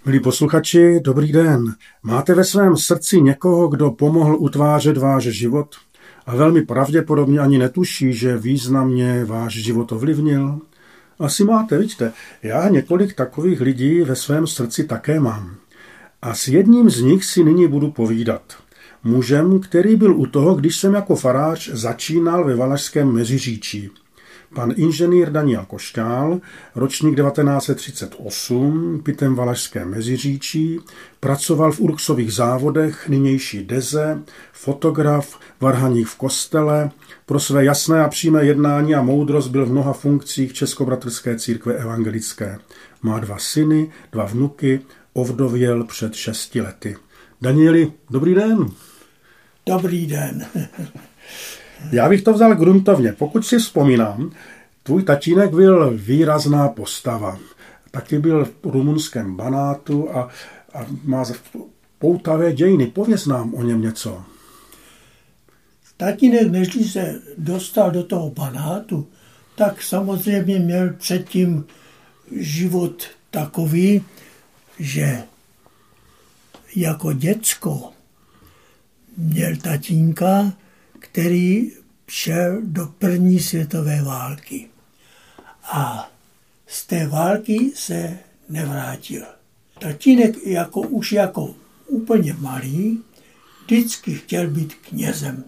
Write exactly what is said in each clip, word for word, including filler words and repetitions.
Milí posluchači, dobrý den. Máte ve svém srdci někoho, kdo pomohl utvářet váš život a velmi pravděpodobně ani netuší, že významně váš život ovlivnil? Asi máte, vidíte. Já několik takových lidí ve svém srdci také mám. A s jedním z nich si nyní budu povídat. Mužem, který byl u toho, když jsem jako farář začínal ve Valašském Meziříčí. Pan inženýr Daniel Košťál, ročník devatenáct set třicet osm, bytem Valašské Meziříčí, pracoval v Urxových závodech, nynější Deze, fotograf, varhaník v kostele, pro své jasné a přímé jednání a moudrost byl v mnoha funkcích Českobratrské církve evangelické. Má dva syny, dva vnuky, ovdověl před šesti lety. Danieli, dobrý den. Dobrý den. Já bych to vzal gruntovně. Pokud si vzpomínám, tvůj tatínek byl výrazná postava. Taky byl v rumunském Banátu a, a má poutavé dějiny. Pověz nám o něm něco. Tatínek, než se dostal do toho Banátu, tak samozřejmě měl předtím život takový, že jako děcko měl tatínka, který šel do první světové války. A z té války se nevrátil. Tatínek jako, už jako úplně malý vždycky chtěl být knězem.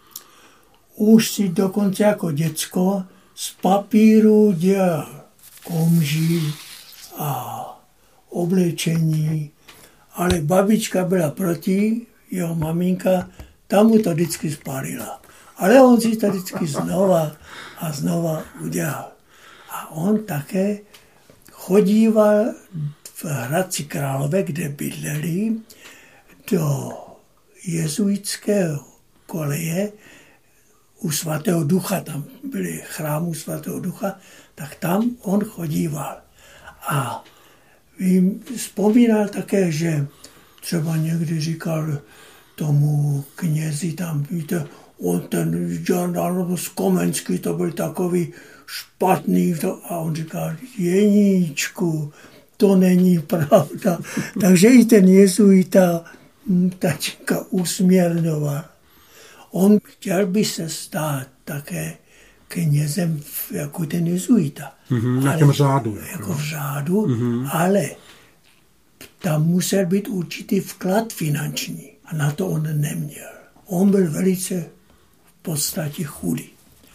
Už si dokonce jako děcko z papíru dělal komží a oblečení, ale babička byla proti, jeho maminka, tam mu to vždycky spálila. Ale on si to vždycky znova a znova udělal. A on také chodíval v Hradci Králové, kde bydleli, do jezuitského koleje u svatého Ducha, tam byly chrámu svatého Ducha, tak tam on chodíval. A vím, vzpomínal také, že třeba někdy říkal tomu knězi tam, víte, on ten žandál z Komenský, to byl takový špatný, to, a on říkal, Jeníčku, to není pravda. Takže i ten jezuita tačka usměrňoval. On chtěl by se stát také knězem jako ten jezuita. Mm-hmm, ale, jakém řádu. Jako v řádu, mm-hmm. Ale tam musel být určitý vklad finanční. A na to on neměl. On byl velice v podstatě chudý.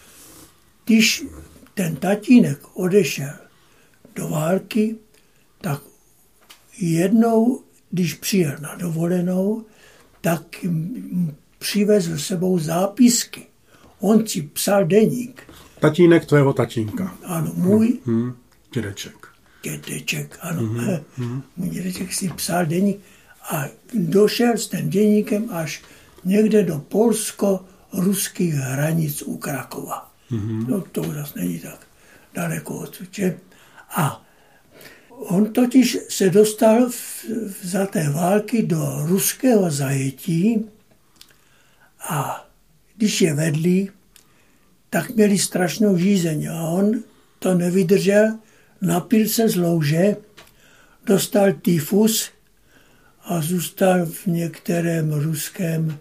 Když ten tatínek odešel do války, tak jednou, když přijel na dovolenou, tak přivezl sebou zápisky. On si psal deník. Tatínek tvého tatínka. Ano, můj hmm, dědeček. Dědeček, ano. Hmm, můj dědeček si psal deník. A došel s tím deníkem až někde do polsko-ruských hranic u Krakova. Mm-hmm. No to zase není tak daleko odsud. A on totiž se dostal v, za té války do ruského zajetí a když je vedli, tak měli strašnou žízeň a on to nevydržel, napil se z louže, dostal tyfus a zůstal v některém ruském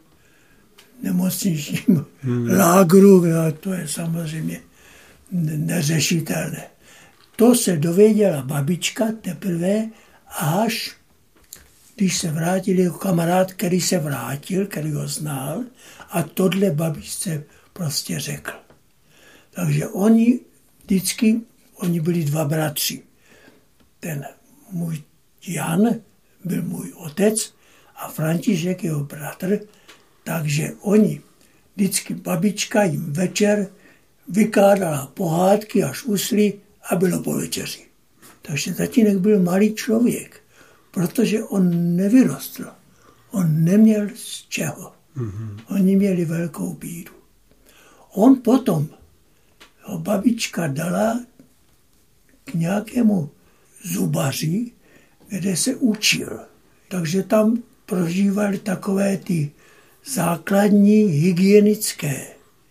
nemocničním hmm. lágru, a to je samozřejmě neřešitelné. To se dověděla babička teprve až, když se vrátil jeho kamarád, který se vrátil, který ho znal, a tohle babičce prostě řekl. Takže oni vždycky, oni byli dva bratři. Ten můj Jan byl můj otec a František jeho bratr, takže oni, vždycky babička jim večer vykládala pohádky až usly a bylo po večeři. Takže tatínek byl malý člověk, protože on nevyrostl. On neměl z čeho. Mm-hmm. Oni měli velkou bídu. On potom, ho babička dala k nějakému zubaři, kde se učil. Takže tam prožívali takové ty základní hygienické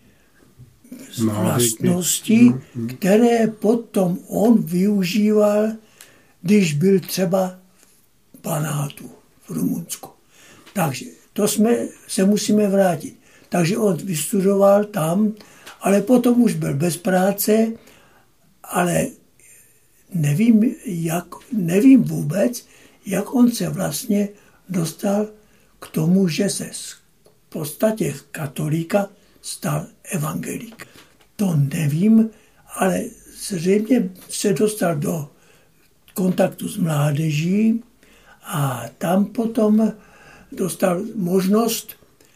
vlastnosti, které potom on využíval, když byl třeba Banátu v Rumunsku. Takže to jsme, se musíme vrátit. Takže on vystudoval tam, ale potom už byl bez práce, ale nevím, jak, nevím vůbec, jak on se vlastně dostal k tomu, že se v podstatě katolíka stal evangelík. To nevím, ale zřejmě se dostal do kontaktu s mládeží a tam potom dostal možnost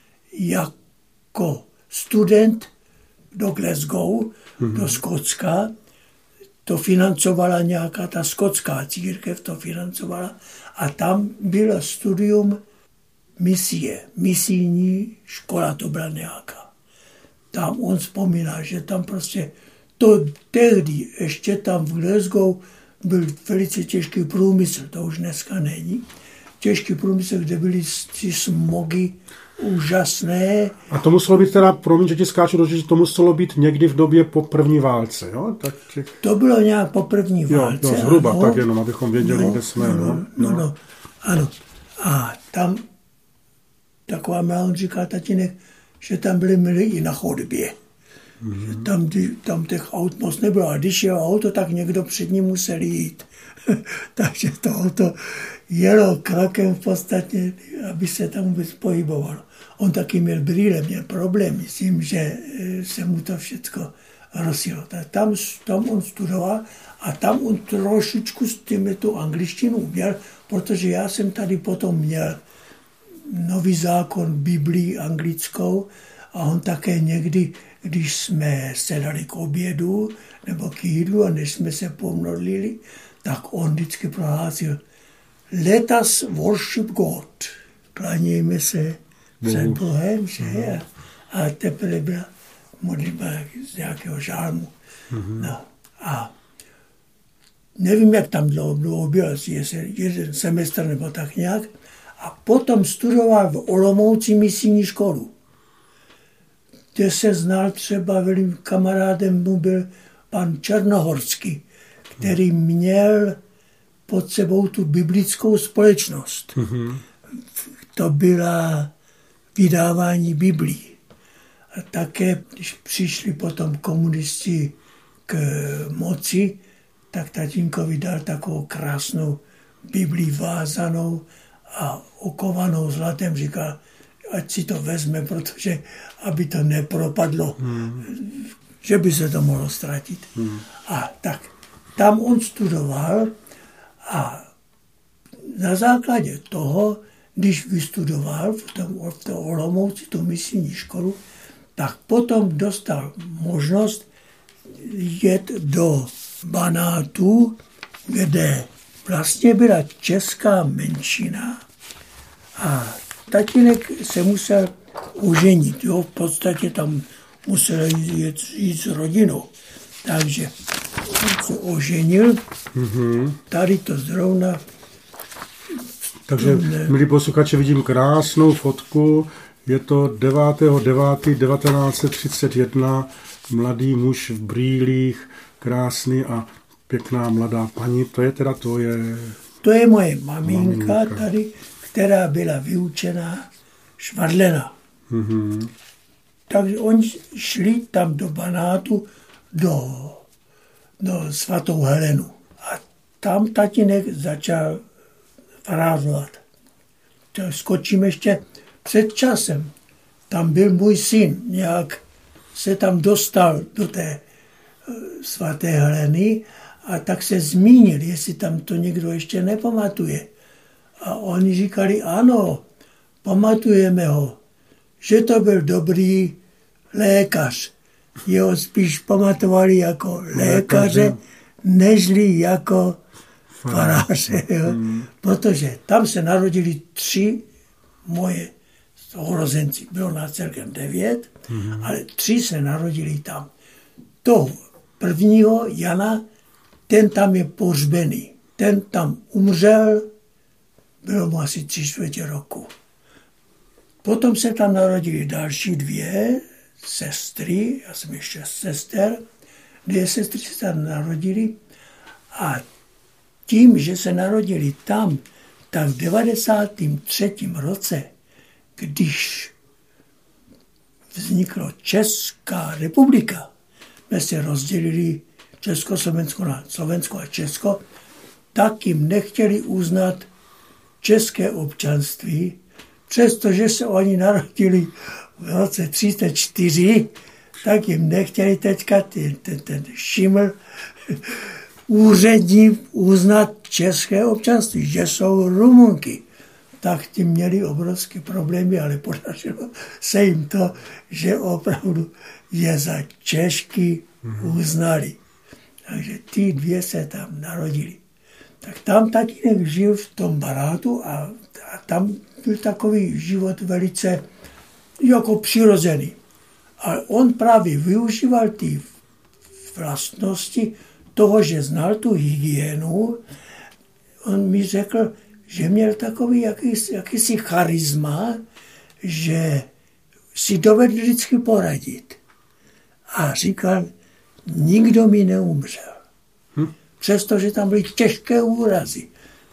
jako student do Glasgow, mm-hmm. do Skotska. To financovala nějaká ta skotská církev, to financovala. A tam bylo studium misie, misijní škola to byla nějaká. Tam on vzpomíná, že tam prostě to tehdy ještě tam v Glasgow byl velice těžký průmysl, to už dneska není. Těžký průmysl, kde byly ty smogy úžasné. A to muselo být teda, promiň, že ti skáču do řeči, to muselo být někdy v době po první válce, jo? Tak těch... To bylo nějak po první válce. Jo, no, zhruba, ano. Tak jenom, abychom věděli, no, kde jsme. No, no, no, no, no, ano. A tam taková mlá, říká tatínek, že tam byli milí i na chodbě. Mm-hmm. Že tam, tam těch aut moc nebylo. A když jelo auto, tak někdo před ním musel jít. Takže to auto jelo krokem v podstatě, aby se tam vůbec pohybovalo. On taky měl brýle, měl problém, myslím, že se mu to všechno rozjelo. Tam, tam on studoval a tam on trošičku s tím tu angličtinu měl, protože já jsem tady potom měl nový zákon, Biblii anglickou a on také někdy, když jsme se dali k obědu nebo k jídlu a než jsme se pomodlili, tak on vždycky prohlásil Let us worship God. Klanějme se před Bohem, že? A teprve byla modlitba z nějakého žálmu. Mm-hmm. No. A nevím, jak tam dlouho byl, jestli jeden semestr nebo tak nějak. A potom studoval v Olomouci misijní školu, kde se znal třeba velkým kamarádem, mu byl pan Černohorský, který měl pod sebou tu biblickou společnost. Mm-hmm. To byla vydávání Biblí. A také, když přišli potom komunisti k moci, tak tatínkovi dal takovou krásnou Biblii vázanou a okovanou zlatem. Říkal, ať si to vezme, protože aby to nepropadlo, mm. že by se to mohlo ztratit. Mm. A tak tam on studoval a na základě toho, když vystudoval v tom, v tom Olomouci tu misijní školu, tak potom dostal možnost jet do Banátu, kde vlastně byla česká menšina a tatínek se musel oženit. Jo? V podstatě tam musel jít, jít s rodinou. Takže on se oženil. Mm-hmm. Tady to zrovna. Takže, milí posluchači, vidím krásnou fotku. Je to devátého devátého devatenáct set třicet jedna. Mladý muž v brýlích, krásný a pěkná mladá paní. To je teda to je... To je moje maminka, maminka. tady, která byla vyučená švadlena. Mm-hmm. Takže oni šli tam do Banátu, do, do svatou Helenu. A tam tatínek začal farázovat. Skočím ještě před časem. Tam byl můj syn, nějak se tam dostal do té svaté Heleny a tak se zmínil, jestli tam to někdo ještě nepamatuje. A oni říkali, ano, pamatujeme ho, že to byl dobrý lékař. Jeho spíš pamatovali jako lékaře, nežli jako faráře. Mm. Protože tam se narodili tři moje sourozenci. Bylo na celkem devět, mm. ale tři se narodili tam. Toho prvního Jana, ten tam je pohřbený. Ten tam umřel, bylo mu asi tři čtvrtě roku. Potom se tam narodili další dvě sestry, já jsem ještě sester, dvě sestry se tam narodili a tím, že se narodili tam, tak v devadesátém třetím roce, když vzniklo Česká republika, jsme se rozdělili Československo na Slovensko a Česko, tak jim nechtěli uznat české občanství, přestože se oni narodili v roce třicet čtyři, tak jim nechtěli teďka ten, ten, ten šiml úřední uznat české občanství, že jsou Rumunky. Tak tím měli obrovské problémy, ale podařilo se jim to, že opravdu je za Češky uznali. Takže ty dvě se tam narodili. Tak tam tatínek žil v tom barátu a, a tam byl takový život velice jako přirozený. Ale on právě využíval ty vlastnosti toho, že znal tu hygienu. On mi řekl, že měl takový jakýsi, jakýsi charisma, že si dovedl vždycky poradit. A říkal, nikdo mi neumřel. Hm? Přestože tam byly těžké úrazy.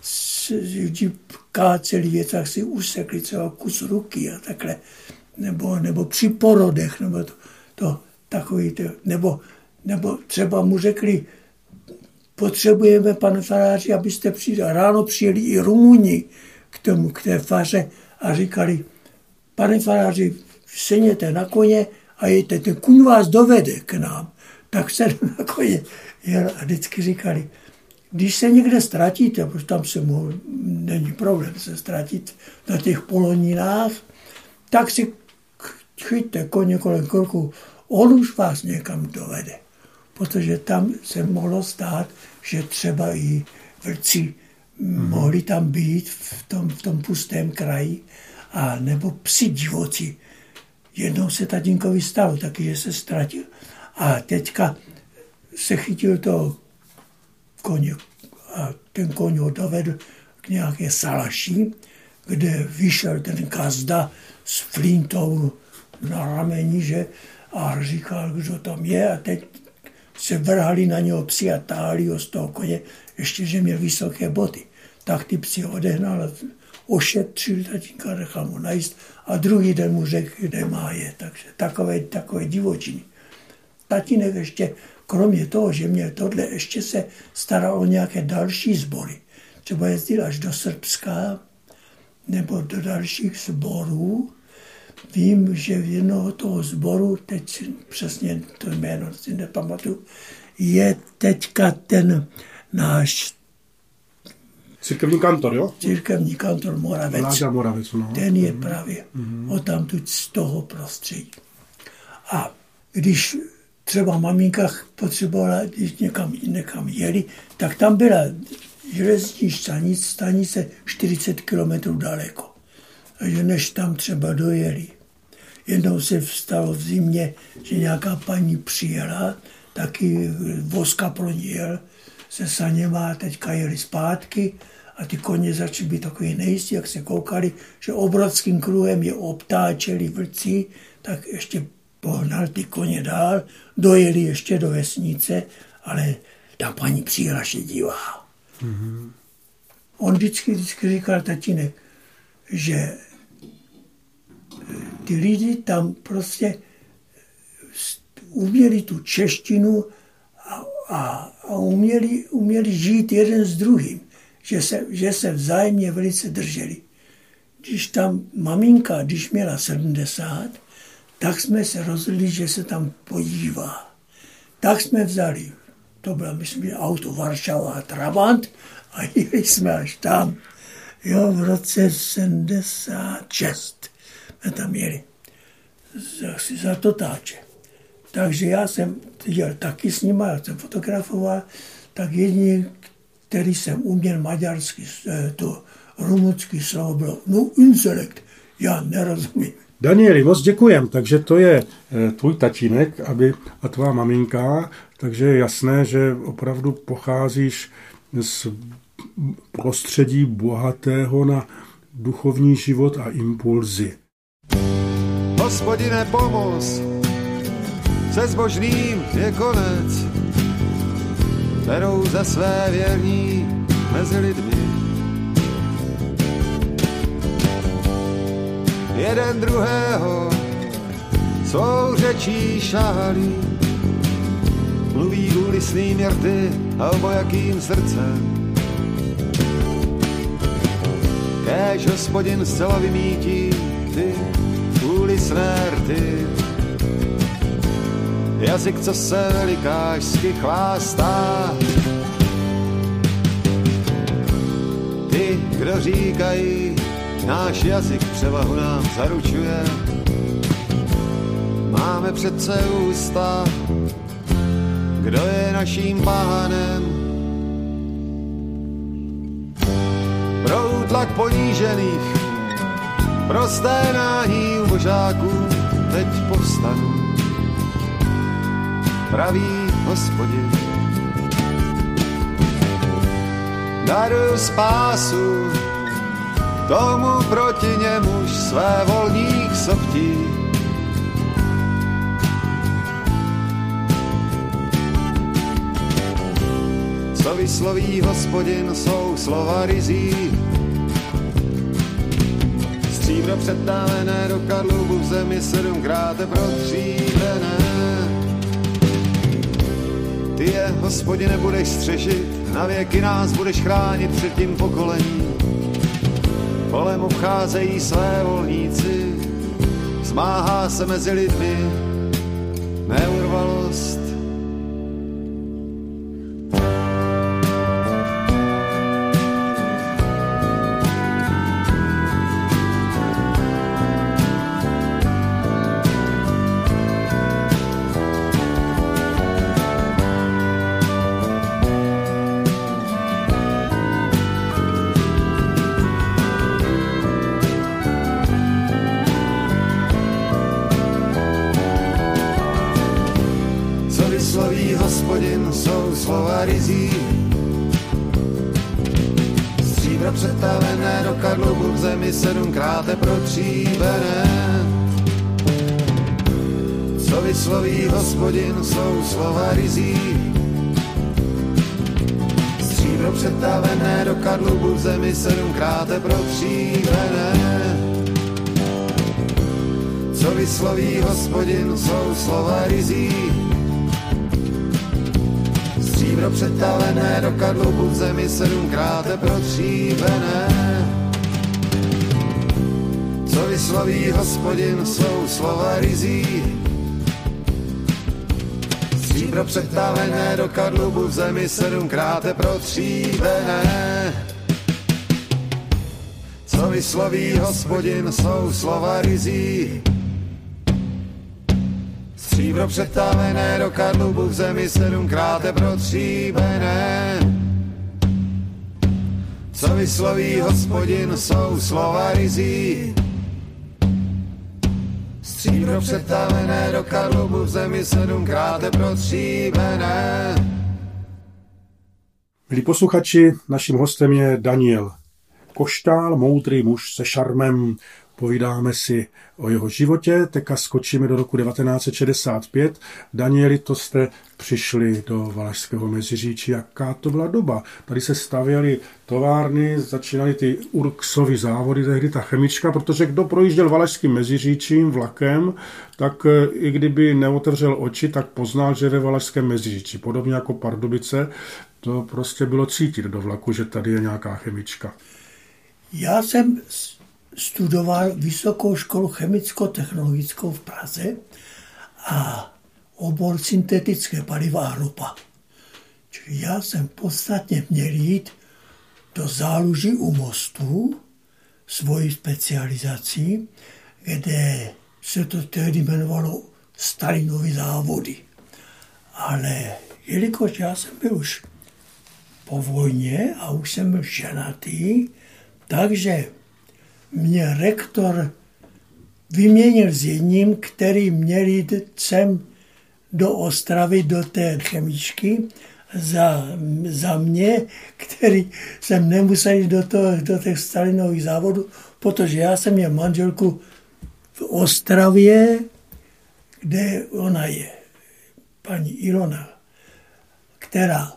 Lidi káceli věc, tak si usekli třeba kus ruky a takhle. Nebo, nebo při porodech, nebo to, to takový, to, nebo, nebo třeba mu řekli, potřebujeme, pane faráři, abyste přijeli. Ráno přijeli i Rumuni k tomu, k té faře a říkali, pane faráři, seděte na koně a jejte, ten kuň vás dovede k nám. Tak se na koně jel a vždycky říkali, když se někde ztratíte, protože tam se mohl, není problém se ztratit na těch poloninách, tak si chyťte koně kolem krku, on už vás někam dovede. Protože tam se mohlo stát, že třeba i vlci hmm. mohli tam být v tom, v tom pustém kraji, a nebo psi divoci. Jednou se tatínkovi stalo taky, že se ztratil. A teďka se chytil toho koně a ten koň ho dovedl k nějaké salaši, kde vyšel ten kazda s flintou na rameni, že, a říkal, kdo tam je, a teď se vrhali na něho psi a táhli ho z toho koně, ještě, že měl vysoké boty. Tak ty psi odehnal a ošetřil tatínka, nechal mu najíst a druhý den mu řekl, kde má je. Takže takové, takové divočiny. Tatínek ještě, kromě toho, že měl tohle, ještě se staral o nějaké další sbory. Třeba jezdil až do Srbska nebo do dalších sborů. Vím, že v jednoho toho sboru, teď přesně to jméno si nepamatuju, je teďka ten náš církevní kantor, jo? Církevní kantor Moravec. Vláda Moravec, no. Ten je mm-hmm. právě mm-hmm. odtamtud z toho prostředí. A když třeba maminka potřebovala, když někam, někam jeli, tak tam byla železniční stanice, stanice čtyřicet kilometrů daleko. Takže než tam třeba dojeli. Jednou se vstalo v zimě, že nějaká paní přijela, taky voska pro ní jel se saněma a teďka jeli zpátky a ty koně začaly být takový nejistí, jak se koukali, že obrovským kruhem je obtáčeli vlci, tak ještě pohnal ty koně dál, dojeli ještě do vesnice, ale ta paní přijela šedivá. Mm-hmm. On vždycky, vždycky říkal tatínek, že ty lidi tam prostě uměli tu češtinu a, a, a uměli, uměli žít jeden s druhým, že se, že se vzájemně velice drželi. Když tam maminka, když měla sedmdesát, tak jsme se rozhodli, že se tam podívá. Tak jsme vzali, to bylo, myslím, auto Varšava a Trabant a jeli jsme až tam. Jo, v roce sedmdesát šest jsme tam jeli za, za totáče. Takže já jsem jel taky s nima, já jsem fotografoval, tak jediný, který jsem uměl maďarsky, to rumunský slovo bylo, no inselekt, já nerozumím. Danieli, moc děkujem, takže to je tvůj tatínek aby, a tvá maminka, takže je jasné, že opravdu pocházíš z prostředí bohatého na duchovní život a impulzy. Hospodine, pomoz, se zbožným je konec, berou za své věrní mezi lidmi. jeden druhého svou řečí šálí. Mluví úlisným rty a obojakým srdcem. Kéž Hospodin zcela vymítí ty úlisné rty. Jazyk, co se velikášsky chlástá. Ty, kdo říkají, náš jazyk převahu nám zaručuje. Máme přece ústa, kdo je naším pánem. Pro útlak ponížených, pro sténání ubožáků teď povstanu, pravý Hospodin. Daruju spásu tomu, proti němuž své volník softí. Co vysloví Hospodin, jsou slova ryzí. Stříbro přetávené do kadlubu v zemi sedmkrát protříbené. Ty je, Hospodine, budeš střežit, na věky nás budeš chránit před tím pokolením. Kolem obcházejí své volníci, zmáhá se mezi lidmi neurvalost. Vysloví Hospodin, jsou slova ryzí. Stříbro přetavené do kadlubu v zemi sedmkrát protříbené. Co vysloví Hospodin, jsou slova ryzí. Stříbro přetavené do kadlubu v zemi sedmkrát protříbené. Co vysloví Hospodin, jsou slova ryzí. Stříbro přetavené do kadlubu v zemi sedmkrát protříbené. Co vysloví Hospodin, jsou slova ryzí. Stříbro přetavené do kadlubu v zemi sedmkrát protříbené. Co vysloví Hospodin, jsou slova ryzí. Stříbro přetavené do kadlubu v zemi sedmkrát protříbené. Co vysloví Hospodin, jsou slova ryzí. Stříbro přetavené do kadlubu v zemi sedmkrát protříbené. Milí posluchači, naším hostem je Daniel Koštál, moudrý muž se šarmem. Povídáme si o jeho životě, teďka skočíme do roku devatenáct set šedesát pět. Danieli, to jste přišli do Valašského Meziříčí. Jaká to byla doba? Tady se stavěly továrny, začínaly ty urksový závody, tehdy ta chemička, protože kdo projížděl Valašským Meziříčím vlakem, tak i kdyby neotevřel oči, tak poznal, že ve Valašském Meziříčí. Podobně jako Pardubice, to prostě bylo cítit do vlaku, že tady je nějaká chemička. Já jsem studoval Vysokou školu chemicko-technologickou v Praze a obor syntetické paliva a ropa. Čili já jsem podstatně měl jít do Záluží u Mostu svojí specializací, kde se to tehdy jmenovalo Stalinovy závody. Ale jelikož já jsem byl už po vojně a už jsem byl ženatý, takže mě rektor vyměnil s jedním, který měl jít sem do Ostravy, do té chemičky, za, za mě, který jsem nemusel jít do, to, do těch Stalinových závodů, protože já jsem měl manželku v Ostravě, kde ona je, paní Ilona, která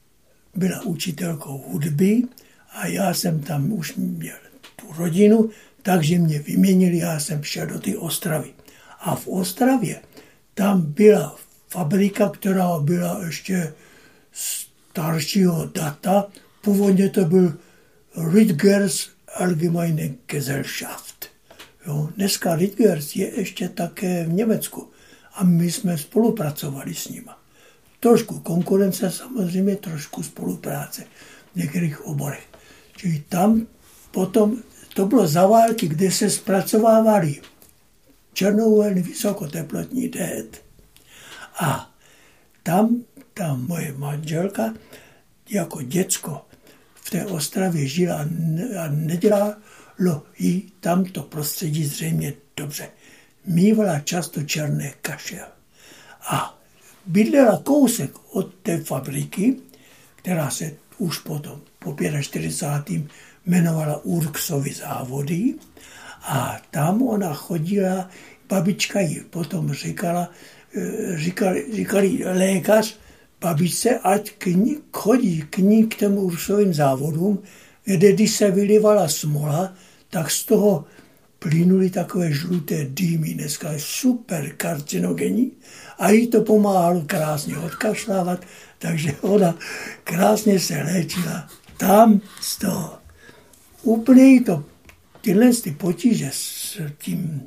byla učitelkou hudby a já jsem tam už měl tu rodinu, takže mě vyměnili, já jsem šel do té Ostravy. A v Ostravě tam byla fabrika, která byla ještě staršího data. Původně to byl Rüdgers Allgemeine Gesellschaft. Jo, dneska Rüdgers je ještě také v Německu a my jsme spolupracovali s nima. Trošku konkurence samozřejmě, trošku spolupráce v některých oborech. Čili tam potom, to bylo za války, kde se zpracovávali černouhelný vysokoteplotní dét. A tam ta moje manželka jako děcko v té Ostravě žila a nedělalo jí tam to prostředí zřejmě dobře. Mívala často černé kašel. A bydlela kousek od té fabriky, která se už potom po čtyřicátém pátém jmenovala Urxovy závody. A tam ona chodila, babička jí potom říkala, říkali, říkali lékař babičce, ať k ní, chodí k ní k těm Urxovým závodům, kde když se vylivala smola, tak z toho plynuly takové žluté dýmy, dneska je super karcinogenní a jí to pomáhalo krásně odkašlávat, takže ona krásně se léčila tam z toho. Úplně jí to, tyhle ty potíže s tím,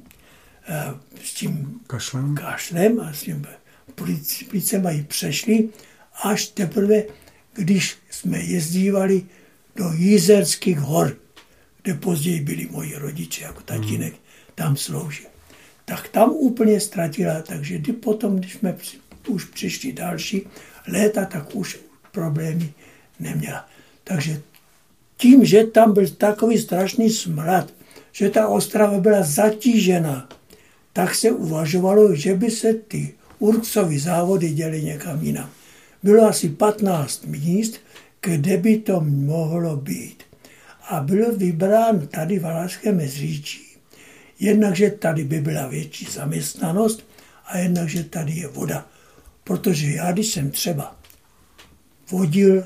s tím kašlem. kašlem a s tím plicema jí přešly, až teprve, když jsme jezdívali do Jízerských hor, kde později byli moji rodiče, jako tatínek, tam sloužil. Tak tam úplně ztratila, takže kdy potom, když jsme už přišli další léta, tak už problémy neměla. Takže tím, že tam byl takový strašný smrad, že ta Ostrava byla zatížena, tak se uvažovalo, že by se ty Urxovy závody děly někam jinam. Bylo asi patnáct míst, kde by to mohlo být. A bylo vybráno tady v Valašském Meziříčí. Jednak, že tady by byla větší zaměstnanost a jednak, že tady je voda. Protože já, když jsem třeba vodil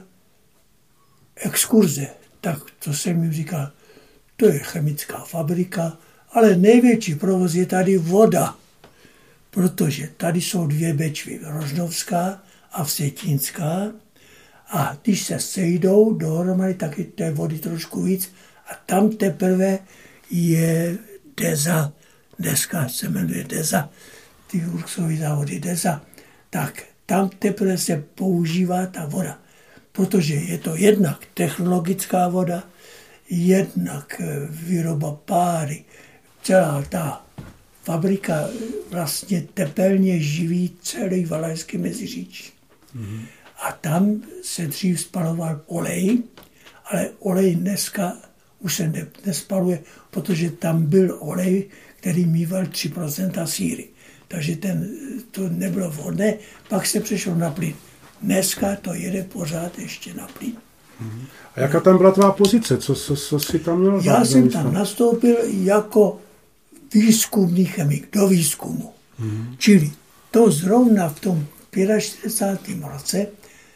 exkurze, tak to jsem jim říkal, to je chemická fabrika, ale největší provoz je tady voda. Protože tady jsou dvě Bečvy, Rožnovská a Vsetínská. A když se sejdou dohromady, tak je té vody trošku víc. A tam teprve je Deza, dneska se jmenuje Deza, ty Urxovy závody Deza, tak tam teprve se používá ta voda. Protože je to jednak technologická voda, jednak výroba páry. Celá ta fabrika vlastně tepelně živí celý Valašský Meziříčí. Mm-hmm. A tam se dřív spaloval olej, ale olej dneska už se ne, nespaluje, protože tam byl olej, který mýval tři procenta síry. Takže ten, to nebylo vhodné, pak se přešlo na plyn. Dneska to jede pořád ještě na plyn. A jaká tam byla tvá pozice? Co, co, co jsi tam měl? Já jsem tam nastoupil jako výzkumný chemik do výzkumu. Hmm. Čili to zrovna v tom čtyřicátém pátém roce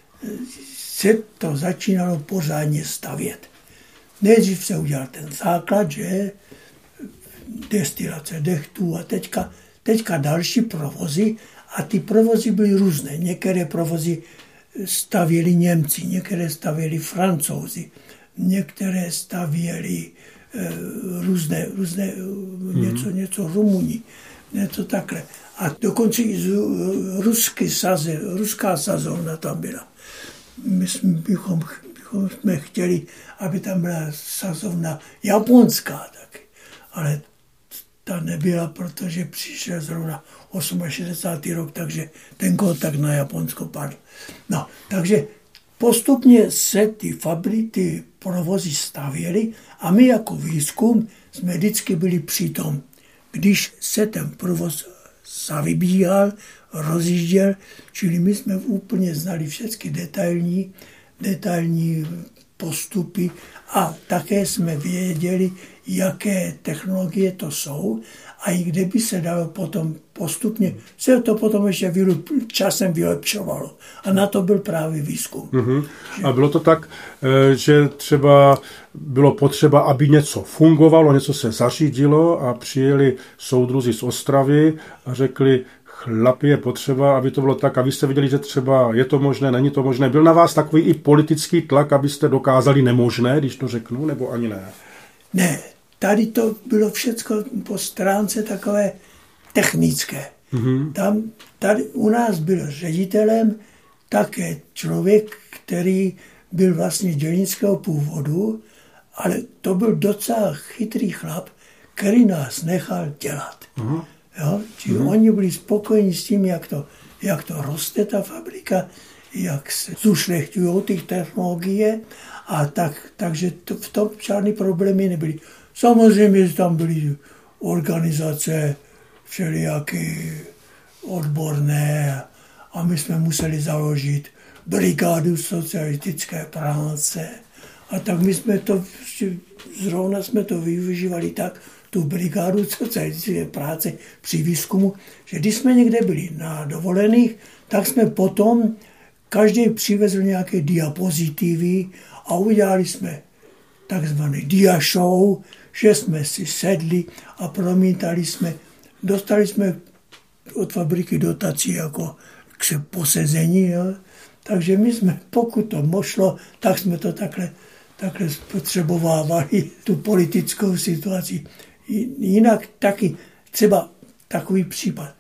se to začínalo pořádně stavět. Nejdřív se udělal ten základ, že destilace dechtů a teďka, teďka další provozy a ty provozy byly různé. Některé provozy stavěli Němci, některé stavěli Francouzi, některé stavěli e, různé, různé mm. něco, něco Rumuni, něco takhle. A dokonce i z rusky saze, ruská sazovna tam byla. My jsme, bychom, bychom jsme chtěli, aby tam byla sazovna japonská taky. Ale ta nebyla, protože přišel zrovna šedesátý osmý rok, takže ten kontakt na Japonsko padl. No, takže postupně se ty fabriky, provozy stavěly a my jako výzkum jsme vždycky byli přitom, když se ten provoz zavybíhal, rozjížděl, čili my jsme úplně znali všechny detailní, detailní postupy a také jsme věděli, jaké technologie to jsou a i kde by se dalo potom postupně, se to potom ještě časem vylepšovalo. A na to byl právě výzkum. Mm-hmm. A bylo to tak, že třeba bylo potřeba, aby něco fungovalo, něco se zařídilo a přijeli soudruzi z Ostravy a řekli, chlapi, je potřeba, aby to bylo tak, abyste viděli, že třeba je to možné, není to možné. Byl na vás takový i politický tlak, abyste dokázali nemožné, když to řeknu, nebo ani ne? Ne, tady to bylo všecko po stránce takové technické. Mm-hmm. Tam, tady u nás byl ředitelem také člověk, který byl vlastně dělnického původu, ale to byl docela chytrý chlap, který nás nechal dělat. Mm-hmm. Jo? Čiže mm-hmm. oni byli spokojeni s tím, jak to, jak to roste ta fabrika, jak se zušlechťují ty technologie a tak, takže to, v tom žádný problémy nebyly. Samozřejmě, že tam byly organizace všelijaké odborné a my jsme museli založit brigádu socialistické práce a tak my jsme to, zrovna jsme to využívali tak, tu brigádu socialistické práce při výzkumu, že když jsme někde byli na dovolených, tak jsme potom každý přivezl nějaké diapozitivy a udělali jsme takzvaný dia show, že jsme si sedli a promítali jsme, dostali jsme od fabriky dotaci jako k posezení, jo. Takže my jsme, pokud to mošlo, tak jsme to takhle, takhle spotřebovávali, tu politickou situaci. Jinak taky třeba takový případ.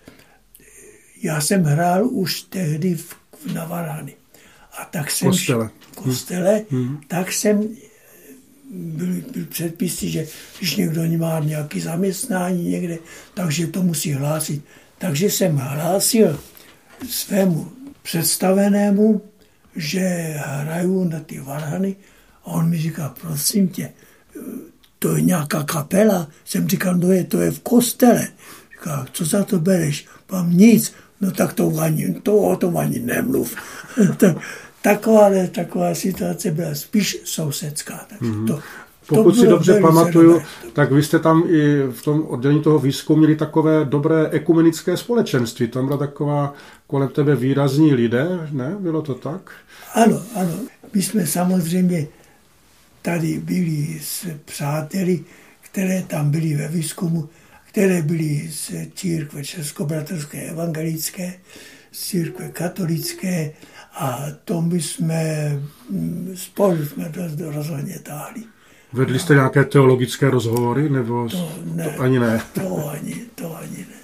Já jsem hrál už tehdy v, na Varhany. A tak jsem kostele. v kostele, hmm. tak jsem byl, byl předpisy, že když někdo má nějaké zaměstnání někde, takže to musí hlásit. Takže jsem hlásil svému představenému, že hraju na ty varhany a on mi říká, prosím tě, to je nějaká kapela. Jsem říkal, no je, to je v kostele. Říká, co za to bereš? Mám nic. No tak to ani, to o tom ani nemluv. taková, taková situace byla spíš sousedská. Mm-hmm. To, Pokud si dobře pamatuju, dobré. Tak vy jste tam i v tom oddělení toho výzkumu měli takové dobré ekumenické společenství. Tam byla taková kolem tebe výrazní lidé, ne? Bylo to tak? Ano, ano. My jsme samozřejmě tady byli s přáteli, které tam byli ve výzkumu, které byly z církve českobratrské evangelické, z církve katolické a to my jsme spolu jsme dost rozhodně táhli. Vedli jste nějaké teologické rozhovory, nebo to, ne, to ani ne? To ani, to ani ne.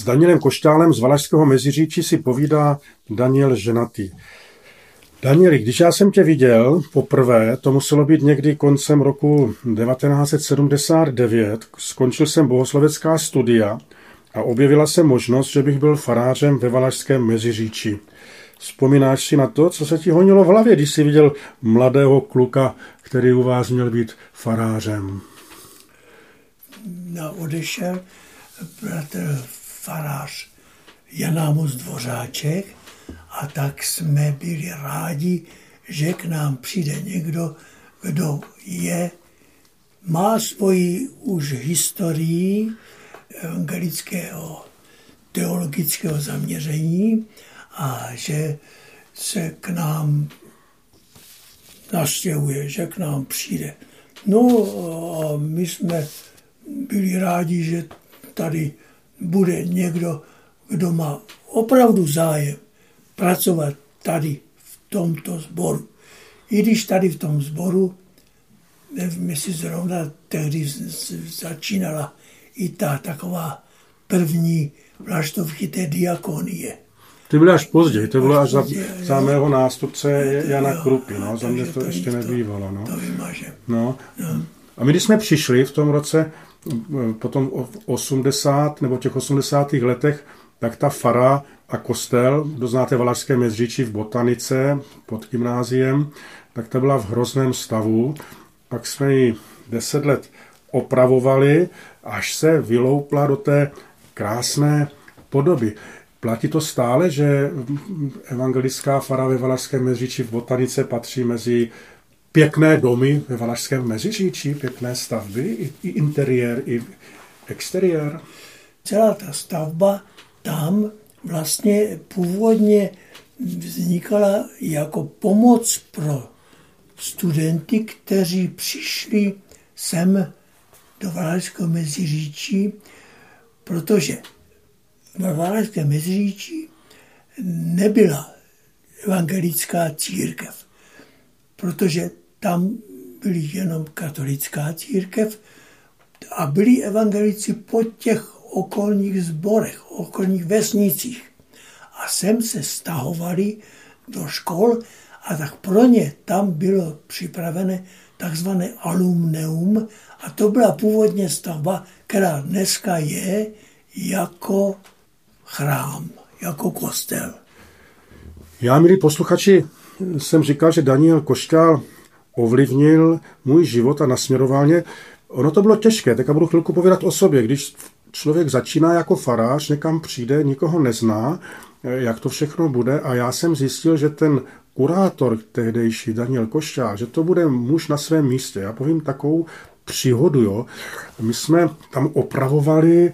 Danielem Košťálem z Valašského Meziříčí si povídá Daniel ženatý. Danieli, když já jsem tě viděl poprvé, to muselo být někdy koncem roku devatenáct set sedmdesát devět, skončil jsem bohoslovecká studia a objevila se možnost, že bych byl farářem ve Valašském Meziříčí. Vzpomínáš si na to, co se ti honilo v hlavě, když jsi viděl mladého kluka, který u vás měl být farářem? No, odešel bratr farář Jan Amos Dvořáček a tak jsme byli rádi, že k nám přijde někdo, kdo je, má svoji už historii evangelického teologického zaměření a že se k nám navštěvuje, že k nám přijde. No a my jsme byli rádi, že tady bude někdo, kdo má opravdu zájem pracovat tady v tomto sboru. I když tady v tom sboru, nevím, jestli zrovna tehdy začínala i ta taková první vlaštovky té diakonie. Ty byly až později, to bylo až za, za mého nástupce Jana jo, Krupy, no, za mě to ještě nebývalo. No. To vymažem. No. No. A my, když jsme přišli v tom roce, potom v osmdesátých nebo těch osmdesátých letech, tak ta fara a kostel, kdo znáte Valašské Meziříčí v Botanice pod gymnáziem, tak ta byla v hrozném stavu. Pak jsme ji deset let opravovali, až se vyloupla do té krásné podoby. Platí to stále, že evangelická fara ve Valašském Meziříčí v Botanice patří mezi pěkné domy ve Valašském Meziříčí, pěkné stavby, i, i interiér, i exteriér? Celá ta stavba tam vlastně původně vznikala jako pomoc pro studenty, kteří přišli sem do Valašského Meziříčí, protože ve Valašském Meziříčí nebyla evangelická církev, protože tam byly jenom katolická církev a byli evangelici po těch okolních sborech, okolních vesnicích. A sem se stahovali do škol a tak pro ně tam bylo připravené takzvané alumneum a to byla původně stavba, která dneska je jako chrám, jako kostel. Já, milí posluchači, jsem říkal, že Daniel Košťál ovlivnil můj život a nasměroval mě. Ono to bylo těžké, tak já budu chvilku povídat o sobě. Když člověk začíná jako farář, někam přijde, nikoho nezná, jak to všechno bude a já jsem zjistil, že ten kurátor tehdejší Daniel Košťál, že to bude muž na svém místě. Já povím takovou příhodu, jo. My jsme tam opravovali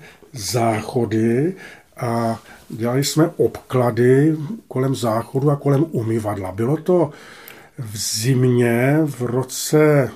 záchody a dělali jsme obklady kolem záchodu a kolem umyvadla. Bylo to v zimě v roce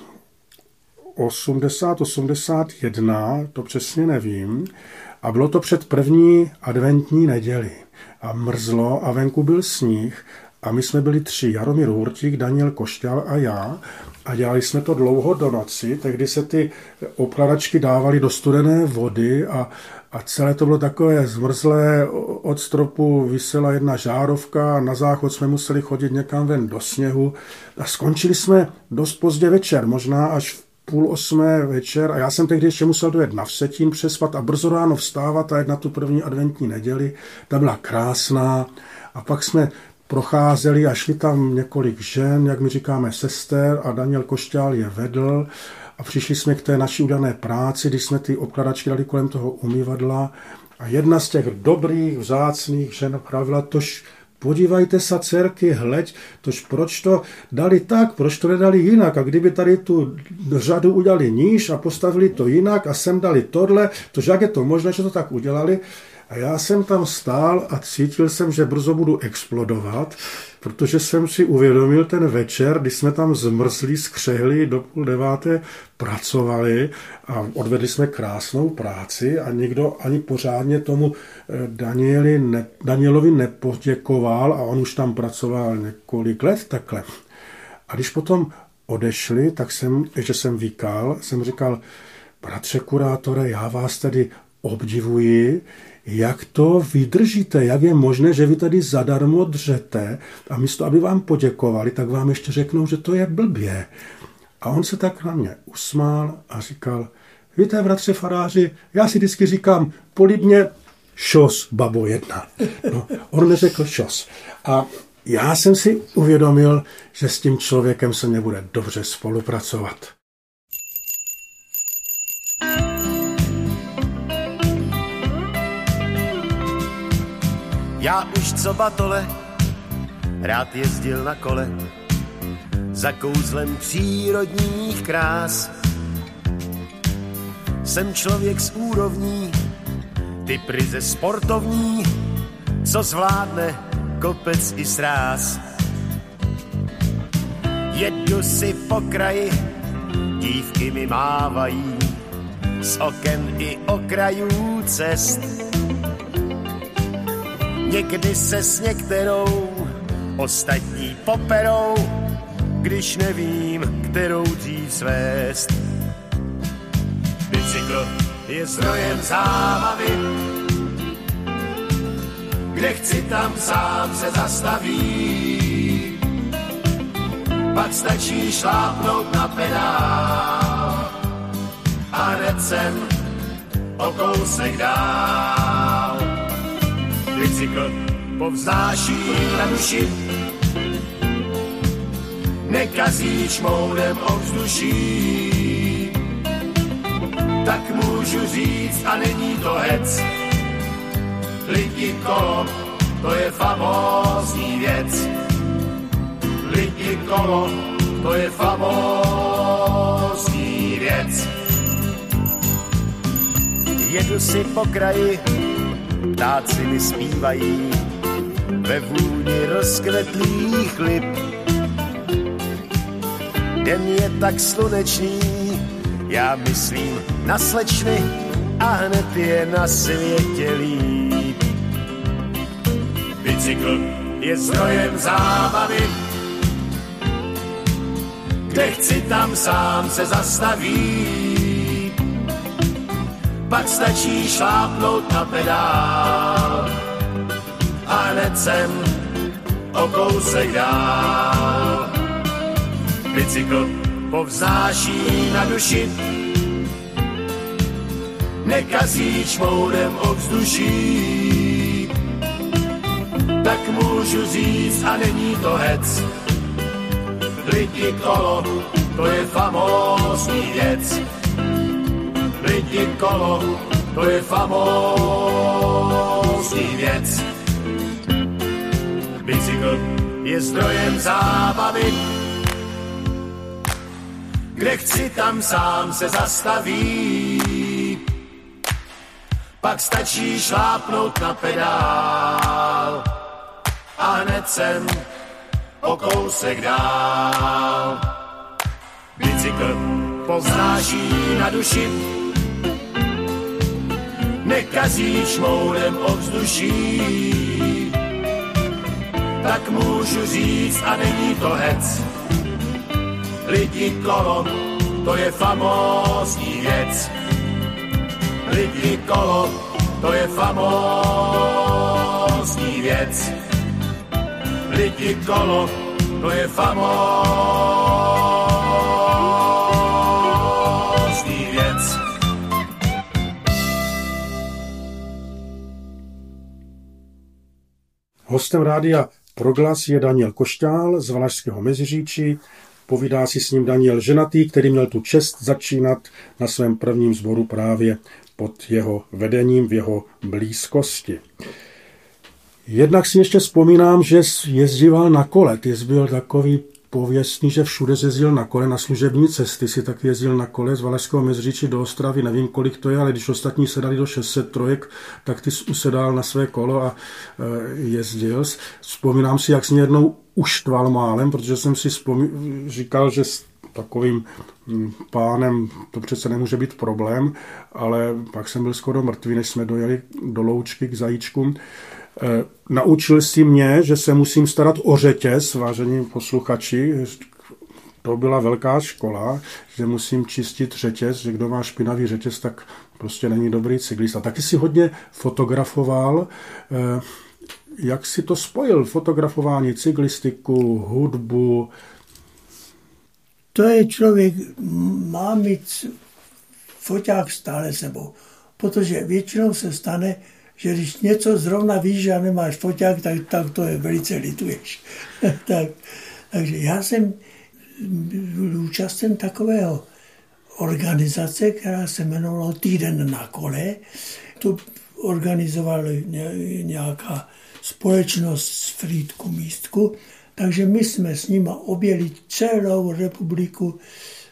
osmdesát osmdesát jedna, to přesně nevím, a bylo to před první adventní neděli. A mrzlo a venku byl sníh a my jsme byli tři, Jaromír Hurtík, Daniel Košťál a já a dělali jsme to dlouho do noci, tehdy se ty obkladačky dávaly do studené vody a, a celé to bylo takové zmrzlé, od stropu visela jedna žárovka a na záchod jsme museli chodit někam ven do sněhu a skončili jsme dost pozdě večer, možná až v půl osmé večer a já jsem tehdy ještě musel dojet na Vsetín přespat a brzo ráno vstávat a jet na tu první adventní neděli. Ta byla krásná a pak jsme procházeli a šli tam několik žen, jak my říkáme sester a Daniel Košťál je vedl a přišli jsme k té naší udané práci, když jsme ty obkladačky dali kolem toho umyvadla a jedna z těch dobrých, vzácných žen pravila, tož podívejte se, dcerky, hleď, tož proč to dali tak, proč to nedali jinak a kdyby tady tu řadu udělali níž a postavili to jinak a sem dali tohle, tož jak je to možné, že to tak udělali. A já jsem tam stál a cítil jsem, že brzo budu explodovat, protože jsem si uvědomil ten večer, když jsme tam zmrzlí, skřehli, do půl deváté pracovali a odvedli jsme krásnou práci a nikdo ani pořádně tomu Danieli ne, Danielovi nepoděkoval a on už tam pracoval několik let takhle. A když potom odešli, tak jsem, ještě jsem vykal, jsem říkal, bratře kurátore, já vás tady obdivuji, jak to vydržíte, jak je možné, že vy tady zadarmo dřete a místo, aby vám poděkovali, tak vám ještě řeknou, že to je blbě. A on se tak na mě usmál a říkal, víte, bratře faráři, já si vždycky říkám, polibně šos, babo jedna. No, on neřekl šos. A já jsem si uvědomil, že s tím člověkem se nebude dobře spolupracovat. Já už co batole, rád jezdil na kole, za kouzlem přírodních krás. Jsem člověk z úrovní, typ ryze sportovní, co zvládne kopec i sráz. Jedu si po kraji, dívky mi mávají, z oken i okrajů cest. Někdy se s některou ostatní poperou, když nevím, kterou dřív svést. Bicykl je zdrojem zábavy, kde chci, tam sám se zastaví. Pak stačí šlápnout na pedál a hned jsem o kousek dál. Bicykl povznáší na duši, nekazí šmoudem ovzduší. Tak můžu říct, a není to hec, lidi kolo, to je famózní věc. Lidi kolo, to je famózní věc. Jedu si po kraji, ptáci mi zpívají ve vůni rozkvetlých lip. Den je tak slunečný, já myslím na slečny a hned je na světě líp. Bicykl je zdrojem zábavy, kde chci, tam sám se zastaví. Pak stačí šlápnout na pedál a hned jsem o kousek dál. Bicykl povznáší na duši, nekazí šmoudem ovzduší. Tak můžu říct, a není to hec, lidi kolo, to je famózní věc. Lidi kolo, to je famózní věc. Bicykl je zdrojem zábavy, kde chci, tam sám se zastaví. Pak stačí šlápnout na pedál a hned jsem o kousek dál. Bicykl povznáší na duši, nekazí šmoudem ovzduší. Tak můžu říct, a není to hec, lidi kolo, to je famózní věc. Lidi kolo, to je famózní věc. Lidi kolo, to je famózní věc. Hostem rádia Proglas je Daniel Košťál z Valašského Meziříčí. Povídá si s ním Daniel ženatý, který měl tu čest začínat na svém prvním sboru právě pod jeho vedením, v jeho blízkosti. Jednak si ještě vzpomínám, že jezdíval na kole. Ty jsi byl takový pověstný, že všude jezdil na kole, na služební cesty si tak jezdil na kole z Valašského Meziříčí do Ostravy, nevím, kolik to je, ale když ostatní sedali do šest set trojek, tak ty jsi usedal na své kolo a e, jezdil. Vzpomínám si, jak jsi mě jednou uštval málem, protože jsem si vzpomí... říkal, že s takovým pánem to přece nemůže být problém, ale pak jsem byl skoro mrtvý, než jsme dojeli do Loučky k zajíčkům. E, naučil jsi mě, že se musím starat o řetěz, vážení posluchači. To byla velká škola, že musím čistit řetěz, že kdo má špinavý řetěz, tak prostě není dobrý cyklista. Taky si hodně fotografoval. Jak si to spojil? Fotografování, cyklistiku, hudbu? To je člověk, má mít foťák stále sebou. Protože většinou se stane, že když něco zrovna víš a nemáš foťák, tak, tak to je velice lituješ. tak, takže já jsem byl účasten takového organizace, která se jmenovala Týden na kole. To organizovala nějaká společnost z Frýdku místku, takže my jsme s nima objeli celou republiku,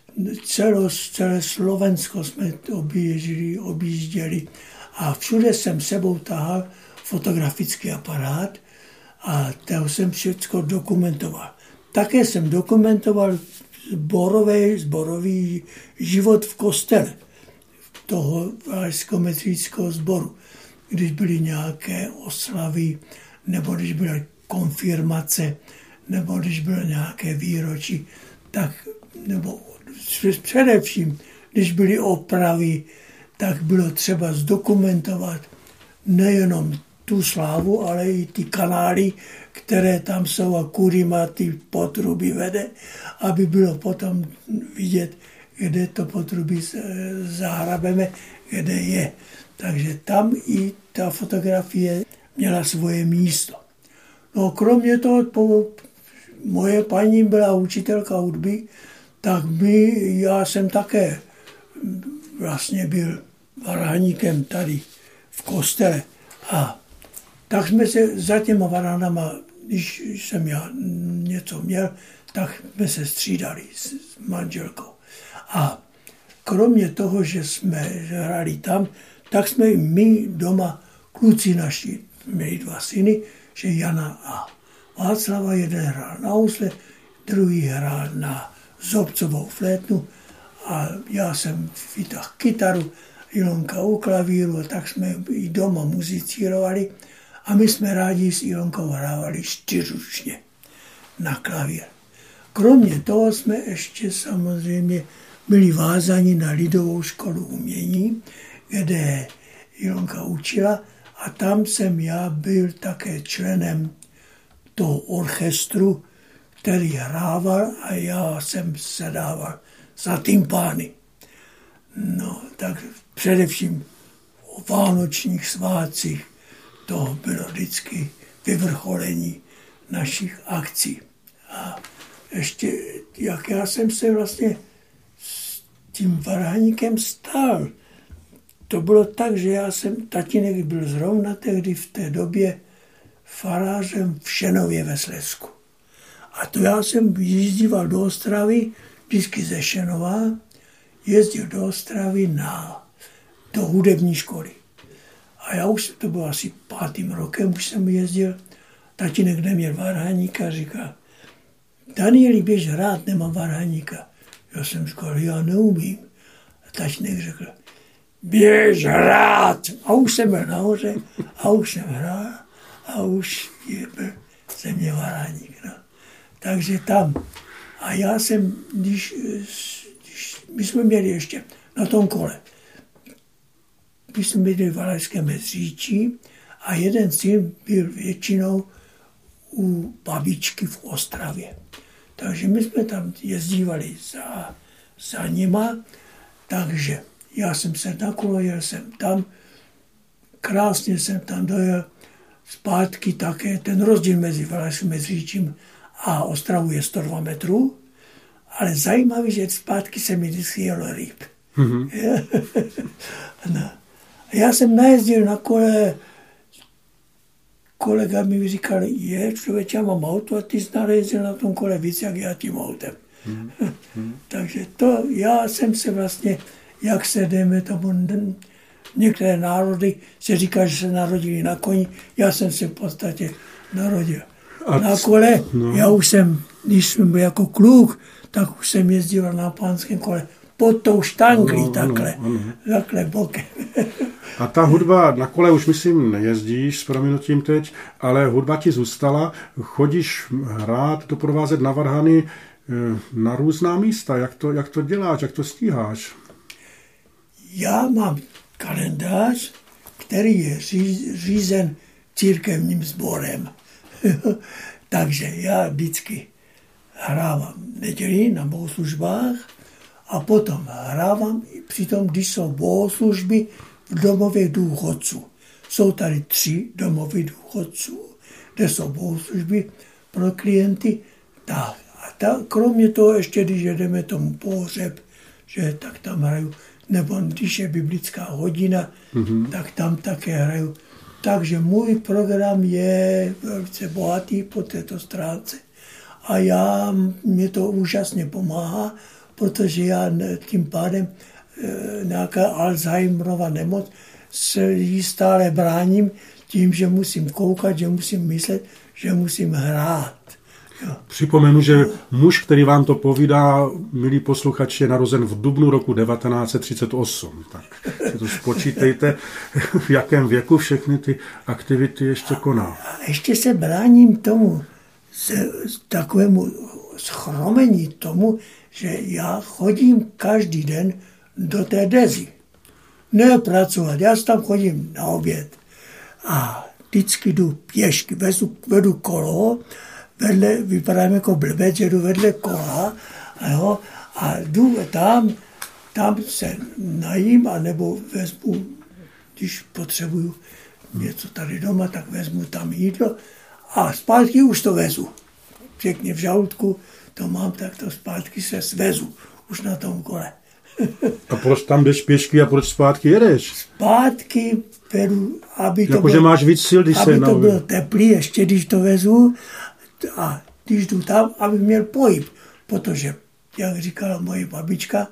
celo, celé Slovensko jsme objížděli, objížděli a všude jsem sebou tahal fotografický aparát a toho jsem všechno dokumentoval. Také jsem dokumentoval zborový, zborový život v kostele toho valašsko-metrického sboru. Když byly nějaké oslavy, nebo když byly konfirmace, nebo když bylo nějaké výročí, tak, nebo především, když byly opravy, tak bylo třeba zdokumentovat nejenom tu slávu, ale i ty kanály, které tam jsou a kurima ty potruby vede, aby bylo potom vidět, kde to potrubí zahrabeme, kde je. Takže tam i ta fotografie měla svoje místo. No kromě toho, po, moje paní byla učitelka hudby, tak my, já jsem také vlastně byl varhaníkem tady v kostele. A tak jsme se za těma varhanama, když jsem já něco měl, tak jsme se střídali s, s manželkou. A kromě toho, že jsme hráli tam, tak jsme my doma, kluci naši, měli dva syny, že Jana a Václava, jeden hrál na housle, druhý hrál na zobcovou flétnu a já jsem vytáhl kytaru, Ilonka u klavíru, a tak jsme i doma muzicírovali a my jsme rádi s Ilonkou hrávali čtyřručně na klavír. Kromě toho jsme ještě samozřejmě byli vázáni na Lidovou školu umění, kde Ilonka učila a tam jsem já byl také členem toho orchestru, který hrával a já jsem sedával za tympány. No, tak především o vánočních svátcích to bylo vždycky vyvrcholení našich akcí. A ještě, jak já jsem se vlastně s tím varhaníkem stál, to bylo tak, že já jsem, tatínek byl zrovna tehdy v té době farářem v Šenově ve Slezsku. A to já jsem jezdíval do Ostravy, vždycky ze Šenova, jezdil do Ostravy na, do hudební školy. A já už, to bylo asi pátým rokem, už jsem jezdil, tatínek neměl varhaníka, říká, Danieli, běž hrát, nemám varhaníka. Já jsem říkal, já neumím. A tatínek řekl, běž hrát. A už jsem byl nahoře, a už jsem hrál, a už je byl ze mě varhaník. No. Takže tam. A já jsem, když, když my jsme měli ještě na tom kole, my jsme byli v Valašském Meziříčí a jeden syn byl většinou u babičky v Ostravě. Takže my jsme tam jezdívali za, za nima, takže já jsem se na kolo, jel jsem tam, krásně jsem tam dojel, zpátky také, ten rozdíl mezi Valašským Meziříčím a Ostravou je sto dva metrů, ale zajímavé, že zpátky se mi vždycky jelo líp. Mm-hmm. No. Já jsem najezdil na kole, kolega mi říkal, je, člověk, já mám auto a ty jsi najezdil na tom kole víc, jak já tím autem. Mm-hmm. Takže to, já jsem se vlastně, jak se jdeme tomu, některé národy se říká, že se narodili na koni, já jsem se v podstatě narodil a na kole. No. Já už jsem, když jsem byl jako kluk, tak už jsem jezdil na pánském kole pod tou štanglí, no, takhle, ano, ano. takhle bokem. A ta hudba na kole už myslím nejezdíš s prominutím teď, ale hudba ti zůstala. Chodíš hrát, doprovázet na varhany na různá místa. Jak to, jak to děláš, jak to stíháš? Já mám kalendář, který je řízen církevním sborem. Takže já vždycky hrávám neděli na bohoslužbách a potom hrávám i přitom, když jsou bohoslužby v domově důchodců. Jsou tady tři domovy důchodců, kde jsou bohoslužby pro klienty. Tak. A ta, kromě toho ještě, když jedeme tomu pohřeb, že tak tam hraju, nebo když je biblická hodina, mm-hmm. tak tam také hraju. Takže můj program je velice bohatý po této stránce. A já, mě to úžasně pomáhá, protože já tím pádem e, nějaká Alzheimerova nemoc se jí stále bráním tím, že musím koukat, že musím myslet, že musím hrát. Jo. Připomenu, že muž, který vám to povídá, milí posluchači, je narozen v dubnu roku devatenáct set třicet osm. Tak si to spočítejte, v jakém věku všechny ty aktivity ještě koná. A ještě se bráním tomu, se, takovému schromení tomu, že já chodím každý den do té Dezy. Ne pracovat, já tam chodím na oběd. A vždycky jdu pěšky, vedu, vedu kolo, vedle, vypadám jako blbec, že jdu vedle kola, jo, a jdu tam, tam se najím, anebo vezmu, když potřebuju něco tady doma, tak vezmu tam jídlo a zpátky už to vezu. Pěkně v žaludku to mám, tak to zpátky se svezu už na tom kole. A proč tam jdeš pěšky a proč zpátky jedeš? Zpátky vedu, aby to, jako, bylo, že máš víc sil, když aby se to bylo teplý, ještě když to vezu, a když jdu tam, aby měl pohyb, protože, jak říkala moje babička,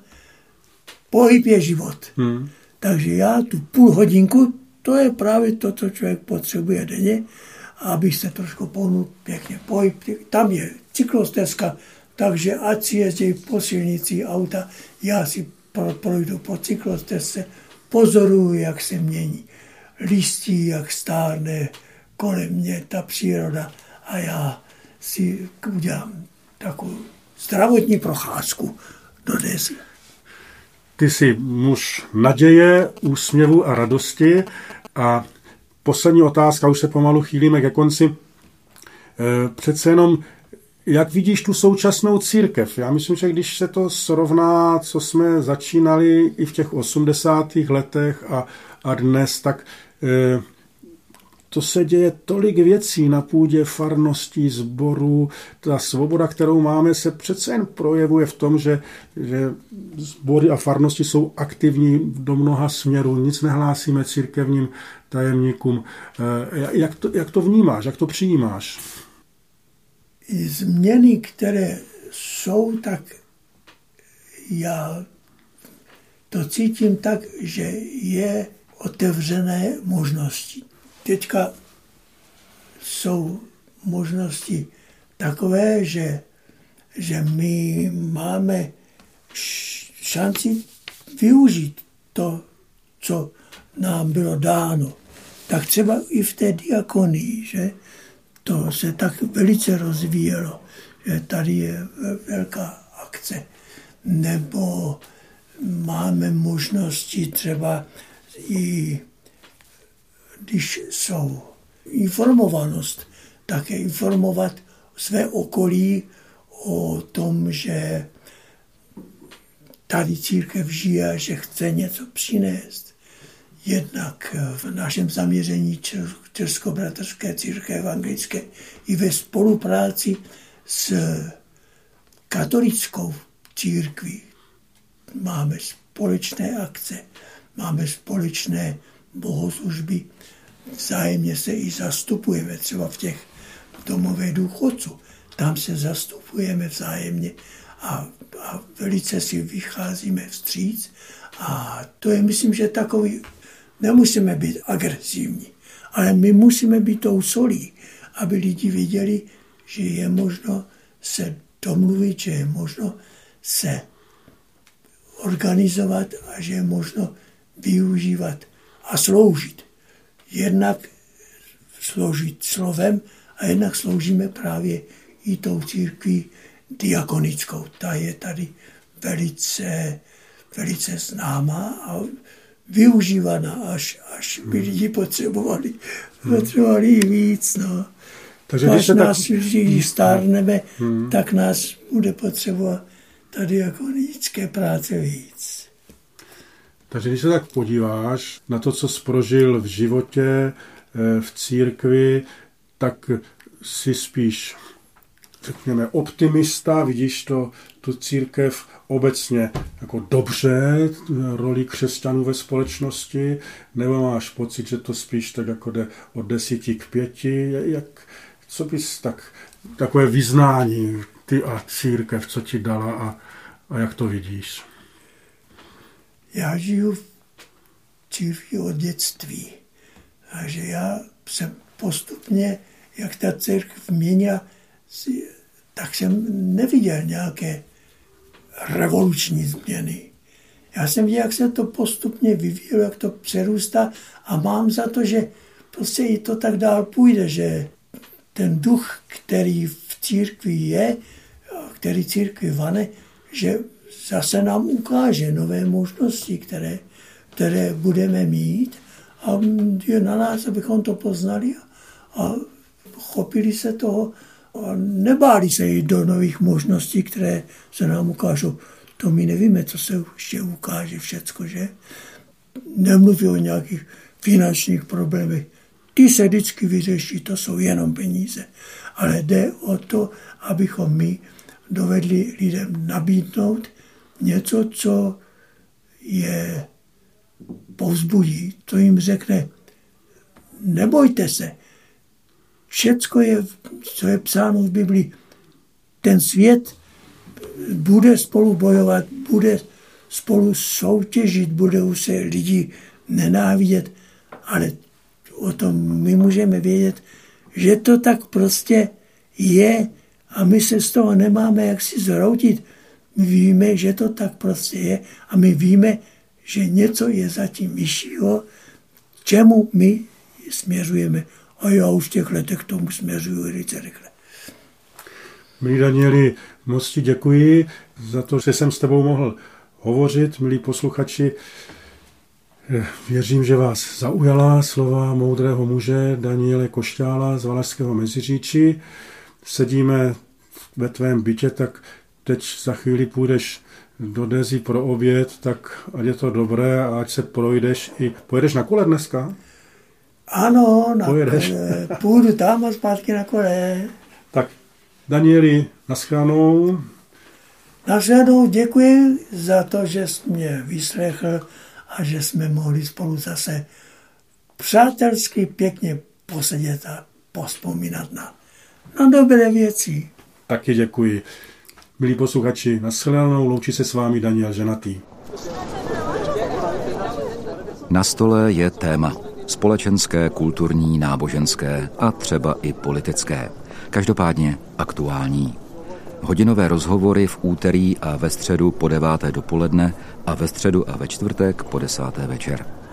pohyb je život. Hmm. Takže já tu půl hodinku, to je právě to, co člověk potřebuje denně, aby se trošku pohnul pěkně pohyb. Tam je cyklostezka, takže ať si jezdí po silnici auta, já si projdu po cyklostezce, pozoruju, jak se mění listí, jak stárne kolem mě ta příroda a já si udělám takovou zdravotní procházku do Dezy. Ty jsi muž naděje, úsměvu a radosti a poslední otázka, už se pomalu chýlíme ke konci. E, přece jenom, jak vidíš tu současnou církev? Já myslím, že když se to srovná, co jsme začínali i v těch osmdesátých letech a, a dnes, tak e, to se děje tolik věcí na půdě farností, sborů. Ta svoboda, kterou máme, se přece jen projevuje v tom, že, že sbory a farnosti jsou aktivní do mnoha směrů. Nic nehlásíme církevním tajemníkům. Jak to, jak to vnímáš, jak to přijímáš? I změny, které jsou, tak já to cítím tak, že je otevřené možnosti. Teďka jsou možnosti takové, že, že my máme šanci využít to, co nám bylo dáno. Tak třeba i v té diakonii, že to se tak velice rozvíjelo, že tady je velká akce. Nebo máme možnosti třeba i když jsou informovanost, také informovat své okolí o tom, že tady církev žije a že chce něco přinést. Jednak v našem zaměření Českobratrské církve evangelické i ve spolupráci s katolickou církví máme společné akce, máme společné bohoslužby, vzájemně se i zastupujeme, třeba v těch domovech důchodců. Tam se zastupujeme vzájemně a, a velice si vycházíme vstříc. A to je, myslím, že takový, nemusíme být agresivní, ale my musíme být tou solí, aby lidi věděli, že je možno se domluvit, že je možno se organizovat a že je možno využívat a sloužit. Jednak sloužit slovem a jednak sloužíme právě i tou církví, diakonickou. Ta je tady velice, velice známá a využívaná, až, až by lidi potřebovali, potřebovali jí víc. No. Takže až když nás tak... když stárneme, hmm. tak nás bude potřebovat tady diakonické práce víc. Takže když se tak podíváš na to, co jsi prožil v životě, v církvi, tak jsi spíš, řekněme, optimista, vidíš to, tu církev obecně jako dobře, roli křesťanů ve společnosti, nebo máš pocit, že to spíš tak jako jde od desíti k pěti, jak, co bys tak, takové vyznání, ty a církev, co ti dala a, a jak to vidíš? Já žiju v církvi od dětství, takže já jsem postupně, jak ta církev měnila, tak jsem neviděl nějaké revoluční změny. Já jsem viděl, jak se to postupně vyvíjelo, jak to přerůstá a mám za to, že prostě i to tak dál půjde, že ten duch, který v církvi je, který církvi vane, že zase nám ukáže nové možnosti, které, které budeme mít a je na nás, abychom to poznali a chopili se toho a nebáli se jít do nových možností, které se nám ukážou. To my nevíme, co se ještě ukáže všecko, že? Nemluví o nějakých finančních problémech. Ty se vždycky vyřeší, to jsou jenom peníze. Ale jde o to, abychom my dovedli lidem nabídnout něco, co je povzbudí, co jim řekne, nebojte se, všecko je, co je psáno v Biblii, ten svět bude spolu bojovat, bude spolu soutěžit, budou se lidi nenávidět, ale o tom my můžeme vědět, že to tak prostě je a my se z toho nemáme jak si zhroutit. My víme, že to tak prostě je a my víme, že něco je zatím vyššího, čemu my směřujeme. A já už v těch letech tomu směřuju velice rychle. Milí Danieli, moc ti děkuji za to, že jsem s tebou mohl hovořit, milí posluchači. Věřím, že vás zaujala slova moudrého muže Daniele Košťála z Valašského Meziříčí. Sedíme ve tvém bytě, tak teď za chvíli půjdeš do Dezy pro oběd, tak ať je to dobré a ať se projdeš i... Pojedeš na kole dneska? Ano, na Pojedeš. Kole. Půjdu tam a zpátky na kole. Tak, Danieli, nashledanou. Nashledanou, děkuji za to, že jsi mě vyslechl a že jsme mohli spolu zase přátelsky pěkně posedět a pospomínat na, na dobré věci. Taky děkuji. Milí posluchači, nashledanou, loučí se s vámi Daniel Ženatý. Na stole je téma společenské, kulturní, náboženské a třeba i politické. Každopádně aktuální. Hodinové rozhovory v úterý a ve středu po deváté dopoledne a ve středu a ve čtvrtek po desáté večer.